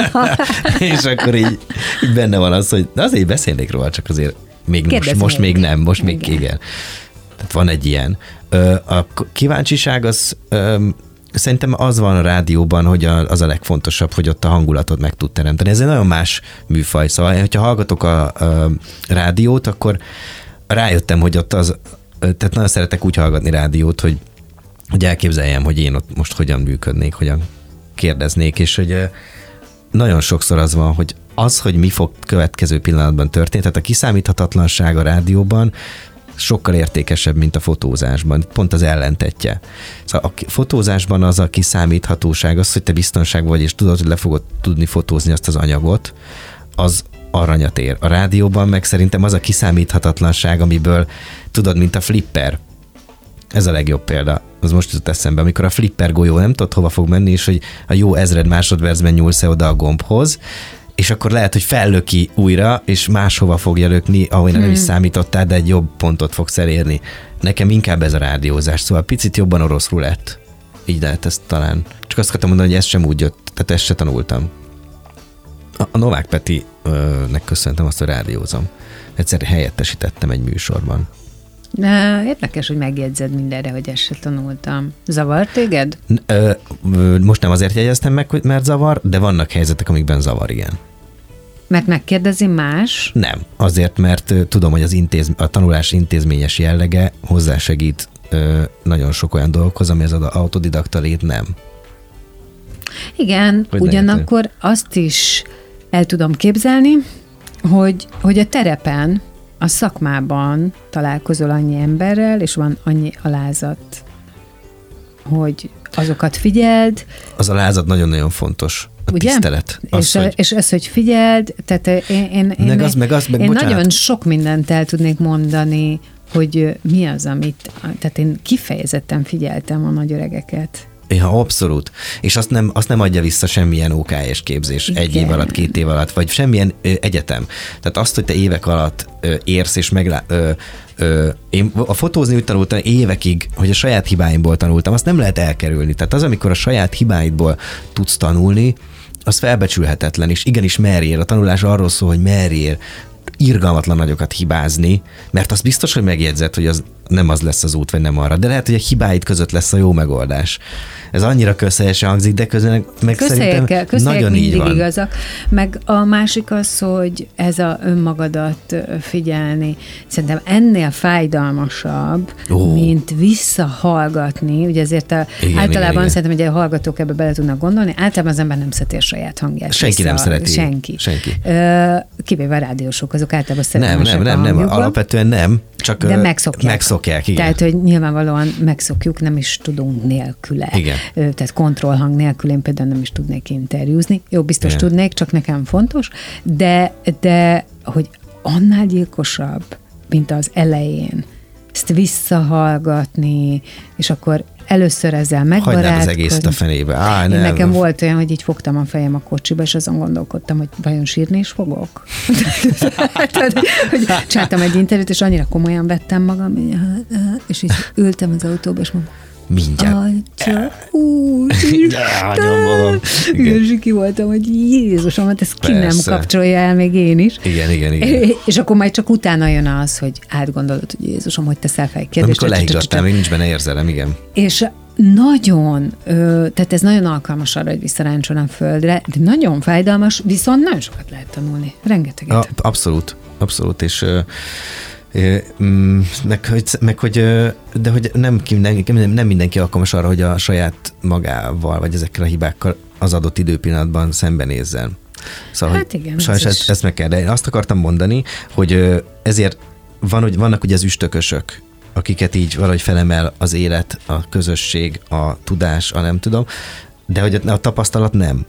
És akkor így, így benne van az, hogy de azért beszélnék róla, csak azért még most, most még nem, most még igen. igen. Tehát van egy ilyen. A kíváncsiság az szerintem az van a rádióban, hogy az a legfontosabb, hogy ott a hangulatot meg tud teremteni. Ez egy nagyon más műfaj. Szóval, hogyha hallgatok a, a rádiót, akkor rájöttem, hogy ott az tehát nagyon szeretek úgy hallgatni rádiót, hogy, hogy elképzeljem, hogy én ott most hogyan működnék, hogyan kérdeznék, és hogy nagyon sokszor az van, hogy az, hogy mi fog következő pillanatban történni, tehát a kiszámíthatatlanság a rádióban sokkal értékesebb, mint a fotózásban. Pont az ellentetje. Szóval a fotózásban az a kiszámíthatóság, az, hogy te biztonságban vagy, és tudod, hogy le fogod tudni fotózni azt az anyagot, az aranyat ér. A rádióban meg szerintem az a kiszámíthatatlanság, amiből tudod, mint a flipper. Ez a legjobb példa. Az most jutott eszembe, amikor a flipper golyó nem tudod, hova fog menni, és hogy a jó ezred másodpercben nyúlsz oda a gombhoz, és akkor lehet, hogy fellöki újra, és máshova fogja lökni, ahol hmm. nem is számítottál, de egy jobb pontot fogsz elérni. Nekem inkább ez a rádiózás, szóval picit jobban orosz rulett. Így lehet ezt talán. Csak azt akartam mondani, hogy ez sem úgy jött, tehát ezt se tanultam. A Novák Petinek köszöntem azt, hogy rádiózom. Egyszer helyettesítettem egy műsorban. Na, érdekes, hogy megjegyzed mindenre, hogy ezt se tanultam. Zavar téged? Ö, most nem azért jegyeztem meg, mert zavar, de vannak helyzetek, amikben zavar, igen. Mert megkérdezi más? Nem, azért, mert tudom, hogy az intéz, a tanulás intézményes jellege hozzásegít ö, nagyon sok olyan dolgokhoz, ami az autodidakta lét nem. Igen, hogy ugyanakkor azt is el tudom képzelni, hogy, hogy a terepen, a szakmában találkozol annyi emberrel, és van annyi alázat, hogy azokat figyeld. Az alázat nagyon-nagyon fontos. A ugye? Tisztelet. Az, és, hogy... és ez, hogy figyeld, tehát én, én, én, meg az, meg az, meg én bocsánat. nagyon sok mindent el tudnék mondani, hogy mi az, amit, tehát én kifejezetten figyeltem a nagyöregeket. Ja, abszolút. És azt nem, azt nem adja vissza semmilyen ó ká es képzés igen. egy év alatt, két év alatt, vagy semmilyen ö, egyetem. Tehát azt, hogy te évek alatt ö, érsz, és meglá... Ö, ö, én a fotózni úgy tanultam évekig, hogy a saját hibáimból tanultam, azt nem lehet elkerülni. Tehát az, amikor a saját hibáidból tudsz tanulni, az felbecsülhetetlen, és igenis merjél. A tanulás arról szól, hogy merjél irgalmatlan nagyokat hibázni, mert az biztos, hogy megjegyzed, hogy az nem az lesz az út, vagy nem arra. De lehet, hogy a hibáid között lesz a jó megoldás. Ez annyira közhelyesen hangzik, de közben meg szerintem nagyon így van. Igazak. Meg a másik az, hogy ez a önmagadat figyelni, szerintem ennél fájdalmasabb, oh. mint visszahallgatni. Ugye ezért a, igen, általában igen, szerintem, hogy a hallgatók ebbe bele tudnak gondolni, általában az ember nem szereti a saját hangját. Senki vissza, nem szereti. Senki. Senki. Kivéve a rádiósok, azok általában szeretnek. Nem, nem, nem, nem, alapvetően nem. Csak de megszokják. megszokják igen. Tehát, hogy nyilvánvalóan megszokjuk, nem is tudunk nélküle. Igen. Tehát kontrollhang nélkül én például nem is tudnék interjúzni. Jó, biztos igen. tudnék, csak nekem fontos, de, de hogy annál gyilkosabb, mint az elején, ezt visszahallgatni, és akkor először ezzel megbarátkozni. Hagyd az egészet a fenébe. Á, nem. Én nekem volt olyan, hogy így fogtam a fejem a kocsiba, és azon gondolkodtam, hogy vajon sírni is fogok. Tehát, hogy csináltam egy interjút, és annyira komolyan vettem magam, és így ültem az autóba, és mondtam, Mindjárt. Atya, úristen! Igen, zsiki voltam, hogy Jézusom, hát ezt ki Persze. nem kapcsolja el, még én is. Igen, igen, igen. És akkor majd csak utána jön az, hogy átgondolod, hogy Jézusom, hogy teszel fel egy kérdést. Amikor leiggattál, még nincs benne érzelem, igen. És nagyon, ö, tehát ez nagyon alkalmas arra, hogy visszaráncson a földre, de nagyon fájdalmas, viszont nagyon sokat lehet tanulni. Rengeteget. A, abszolút, abszolút, és ö, ö, mm, meg, hogy, meg, hogy ö, de hogy nem, nem, nem mindenki alkalmas arra, hogy a saját magával, vagy ezekkel a hibákkal az adott időpillanatban szembenézzen. Szóval, Hát igen, sajnos ez ezt, is. ezt meg kell, de én azt akartam mondani, hogy ö, ezért van, hogy vannak ugye az üstökösök, akiket így valahogy felemel az élet, a közösség, a tudás, a nem tudom, de hogy a tapasztalat nem.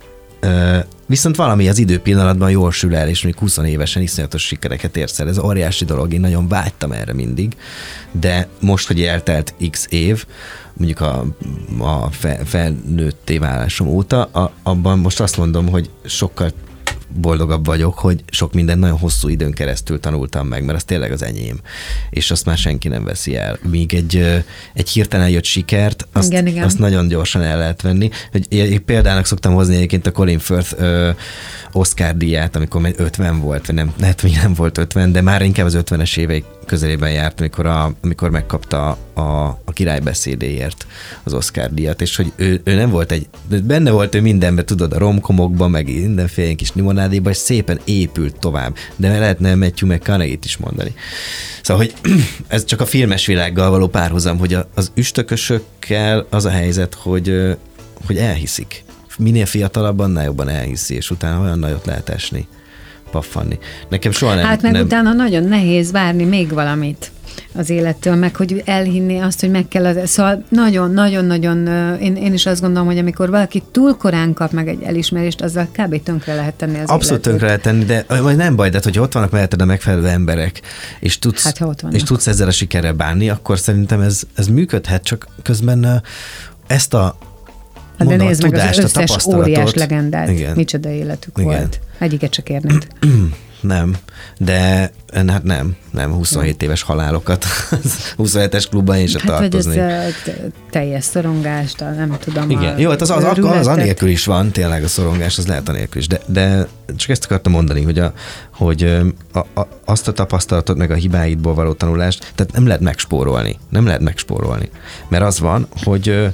Viszont valami az időpillanatban jól sül el, és mondjuk húsz évesen iszonyatos sikereket érsz el. Ez óriási dolog, én nagyon vágytam erre mindig, de most, hogy eltelt x év, mondjuk a, a fe, felnőtté válásom óta, a, abban most azt mondom, hogy sokkal boldogabb vagyok, hogy sok minden nagyon hosszú időn keresztül tanultam meg, mert az tényleg az enyém, és azt már senki nem veszi el. Míg egy, egy hirtelen jött sikert, azt, igen, igen. azt nagyon gyorsan el lehet venni. Hogy én példának szoktam hozni egyébként a Colin Firth ö, Oscar díját, amikor még ötven volt, vagy nem, lehet, hogy nem volt ötven, de már inkább az ötvenes évek közelében járt, amikor, a, amikor megkapta a, a királybeszédéért az Oscar díjat, és hogy ő, ő nem volt egy, benne volt ő mindenben, tudod, a romkomokban, meg mindenféle kis limonádéban, és szépen épült tovább, de lehetne Matthew McConaughey-t is mondani. Szóval, hogy ez csak a filmes világgal való párhuzam, hogy az üstökösökkel az a helyzet, hogy, hogy elhiszik. Minél fiatalabb, annál jobban elhiszi, és utána olyan nagyot lehet esni, paffanni. Nekem soha nem... Hát meg nem... utána nagyon nehéz várni még valamit az élettől, meg hogy elhinni azt, hogy meg kell... Az... Szóval nagyon-nagyon-nagyon... Én, én is azt gondolom, hogy amikor valaki túl korán kap meg egy elismerést, azzal kb. Tönkre lehet tenni az Abszolút életét. tönkre lehet tenni, de majd nem baj, de hogy ott vannak melletted a megfelelő emberek, és tudsz, Hát, ha ott vannak. és tudsz ezzel a sikerrel bánni, akkor szerintem ez, ez működhet, csak közben ezt a Hát de mondom, nézd a meg az tudást, a összes tapasztalatot. óriás legendát. Igen. Micsoda életük Igen. volt. Egyiket csak érnéd. Nem, de hát nem, nem, huszonhét éves halálokat, huszonhetes klubban én sem Hát vagy ez tartoznék. a t- teljes szorongást, a nem tudom. Igen, a jó, hát az, az, az, az őrületet. anélkül is van, tényleg a szorongás, az lehet anélkül is, de, de csak ezt akartam mondani, hogy, a, hogy a, a, azt a tapasztalatot, meg a hibáidból való tanulást, tehát nem lehet megspórolni, nem lehet megspórolni, mert az van, hogy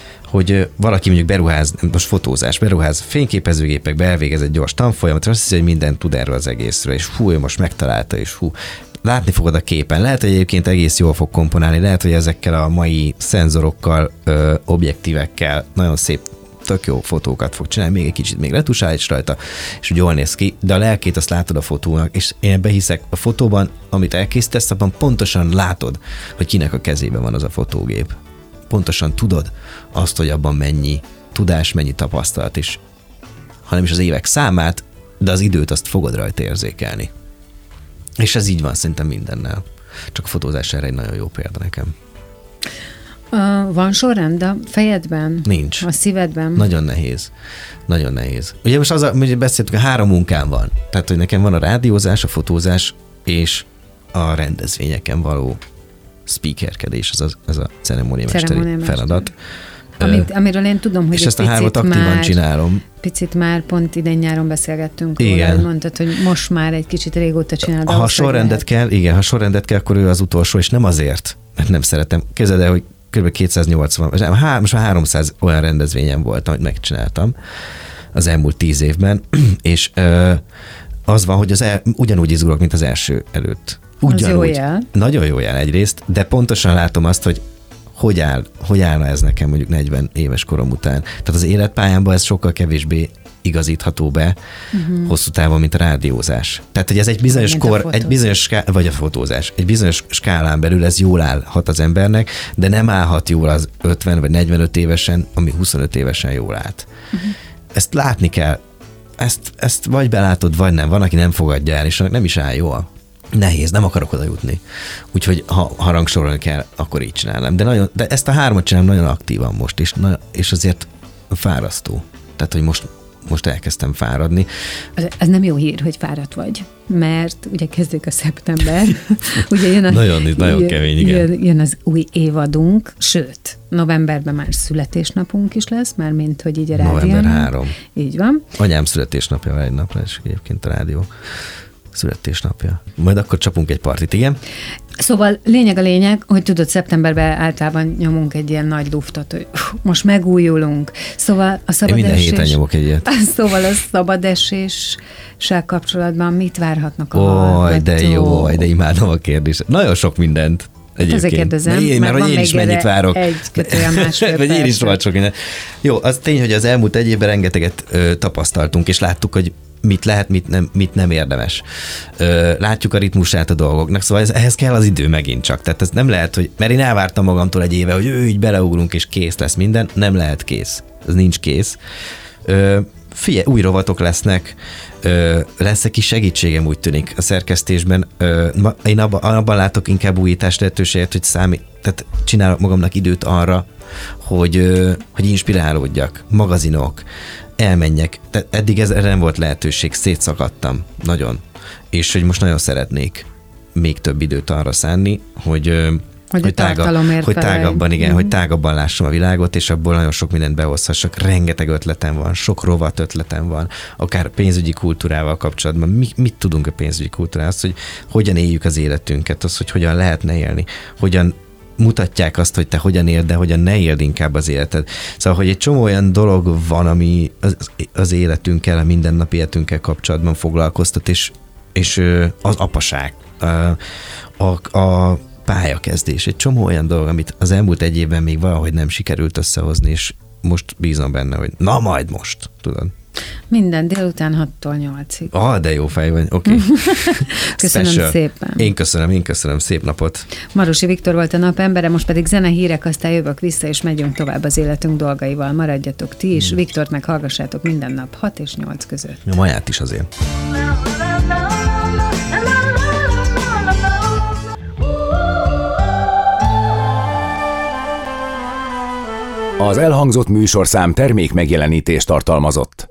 hogy valaki mondjuk beruház, most fotózás, beruház fényképezőgépekbe, elvégez egy gyors tanfolyamat, és azt hiszi, hogy mindent tud erről az egészről, és hú, ő most megtalálta, és hú, látni fogod a képen. Lehet, hogy egyébként egész jól fog komponálni, lehet, hogy ezekkel a mai szenzorokkal, ö, objektívekkel nagyon szép, tök jó fotókat fog csinálni, még egy kicsit még retusál is rajta, és úgy jól néz ki, de a lelkét azt látod a fotónak, és én ebbe hiszek, a fotóban, amit elkészítesz, abban pontosan látod, hogy kinek a kezében van az a fotógép. Pontosan tudod azt, hogy abban mennyi tudás, mennyi tapasztalat is, hanem is az évek számát, de az időt azt fogod rajta érzékelni. És ez így van szerintem mindennel. Csak a fotózás erre egy nagyon jó példa nekem. Uh, van sorrend a fejedben? Nincs. A szívedben? Nagyon nehéz. Nagyon nehéz. Ugye most az, hogy beszéltük, a három munkám van. Tehát, hogy nekem van a rádiózás, a fotózás és a rendezvényeken való speakerkedés, ez a, ez a ceremóniamesteri Ceremóniamester. feladat. Amit, amiről én tudom, hogy és egy ezt a hármat picit aktívan már, csinálom. Picit már pont idén nyáron beszélgettünk róla, Igen. hogy mondtad, hogy most már egy kicsit régóta csinálod. Ha ahhoz, hogy sorrendet lehet. kell, igen, ha sorrendet kell, akkor ő az utolsó, és nem azért, mert nem szeretem. Képzeld el, hogy kb. kétszáznyolcvan, nem, há, most már háromszáz olyan rendezvényen volt, amit megcsináltam az elmúlt tíz évben, és ö, az van, hogy az el, ugyanúgy izgulok, mint az első előtt. Ugyanúgy. Az jó jel. Nagyon jó jel egyrészt, de pontosan látom azt, hogy hogy, áll, hogy állna ez nekem mondjuk negyven éves korom után. Tehát az életpályámban ez sokkal kevésbé igazítható be uh-huh. hosszú távon, mint a rádiózás. Tehát, hogy ez egy bizonyos Mint a kor, fotó. egy bizonyos ská, vagy a fotózás, egy bizonyos skálán belül ez jól állhat az embernek, de nem állhat jól az ötven vagy negyvenöt évesen, ami huszonöt évesen jól állt. Uh-huh. Ezt látni kell. Ezt, ezt vagy belátod, vagy nem. Van, aki nem fogadja el, és nem is áll jól. Nehéz, nem akarok oda jutni. Úgyhogy ha, ha rangsorolni kell, akkor így csinálom. De, nagyon, de ezt a hármat csinálom nagyon aktívan most, és, és azért fárasztó. Tehát, hogy most most elkezdtem fáradni. Ez, ez nem jó hír, hogy fáradt vagy, mert ugye kezdődik a szeptember, ugye jön, a, nagyon, nagyon kemény, igen. Jön, jön az új évadunk, sőt, novemberben már születésnapunk is lesz, már mint hogy így a rádiónak. november harmadika. Így van. Anyám születésnapja van egy napra, és egyébként a rádió születésnapja. Majd akkor csapunk egy partit, igen? Szóval lényeg a lényeg, hogy tudod, szeptemberben általában nyomunk egy ilyen nagy luftot, hogy most megújulunk. Szóval a szabad Én minden esés, héten nyomok egy ilyet. Szóval a szabad eséssel kapcsolatban mit várhatnak a Ó, hallgatók? de jó, de imádom a kérdést. Nagyon sok mindent. Ezért kérdezem, én, mert, mert hogy van én még is mennyit várok. egy kötőjel másfél Vagy én is percre. vagy sok minden. Jó, az tény, hogy az elmúlt egy évben rengeteget ö, tapasztaltunk, és láttuk, hogy mit lehet, mit nem, mit nem érdemes. Ö, látjuk a ritmusát a dolgoknak, szóval ez, ehhez kell az idő megint csak. Tehát ez nem lehet, hogy, mert én elvártam magamtól egy éve, hogy ő így beleugrunk, és kész lesz minden. Nem lehet kész. Ez nincs kész. Ö, Figyelj, új rovatok lesznek, ö, lesz egy kis segítségem, úgy tűnik a szerkesztésben. Ö, ma, én abban, abban látok inkább újítás lehetőséget, hogy számít, tehát csinálok magamnak időt arra, hogy, ö, hogy inspirálódjak, magazinok, elmenjek. Tehát eddig ez, erre nem volt lehetőség, szétszakadtam nagyon. És hogy most nagyon szeretnék még több időt arra szánni, hogy ö, Hogy, hogy, a tartalomért hogy tágabban, igen, mm. hogy tágabban lássam a világot, és abból nagyon sok mindent behozhassak. Rengeteg ötletem van, sok rovat ötletem van, akár pénzügyi kultúrával kapcsolatban. Mi, mit tudunk a pénzügyi kultúráról? Az, hogy hogyan éljük az életünket, az, hogy hogyan lehetne élni, hogyan mutatják azt, hogy te hogyan éld, de hogyan ne éld inkább az életed. Szóval, hogy egy csomó olyan dolog van, ami az, az életünkkel, a mindennapi életünkkel kapcsolatban foglalkoztat, és, és az apaság, a, a, a pályakezdés, egy csomó olyan dolog, amit az elmúlt egy évben még valahogy nem sikerült összehozni, és most bízom benne, hogy na majd most, tudod. Minden délután hattól nyolcig. Ah, de jó fej vagy, oké. Okay. Köszönöm Special. szépen. Én köszönöm, én köszönöm, szép napot. Marosi Viktor volt a nap embere, most pedig zene, hírek, aztán jövök vissza, és megyünk tovább az életünk dolgaival. Maradjatok ti is, Viktort meg hallgassátok minden nap hat és nyolc között. A maját is azért. Az elhangzott műsorszám termék megjelenítést tartalmazott.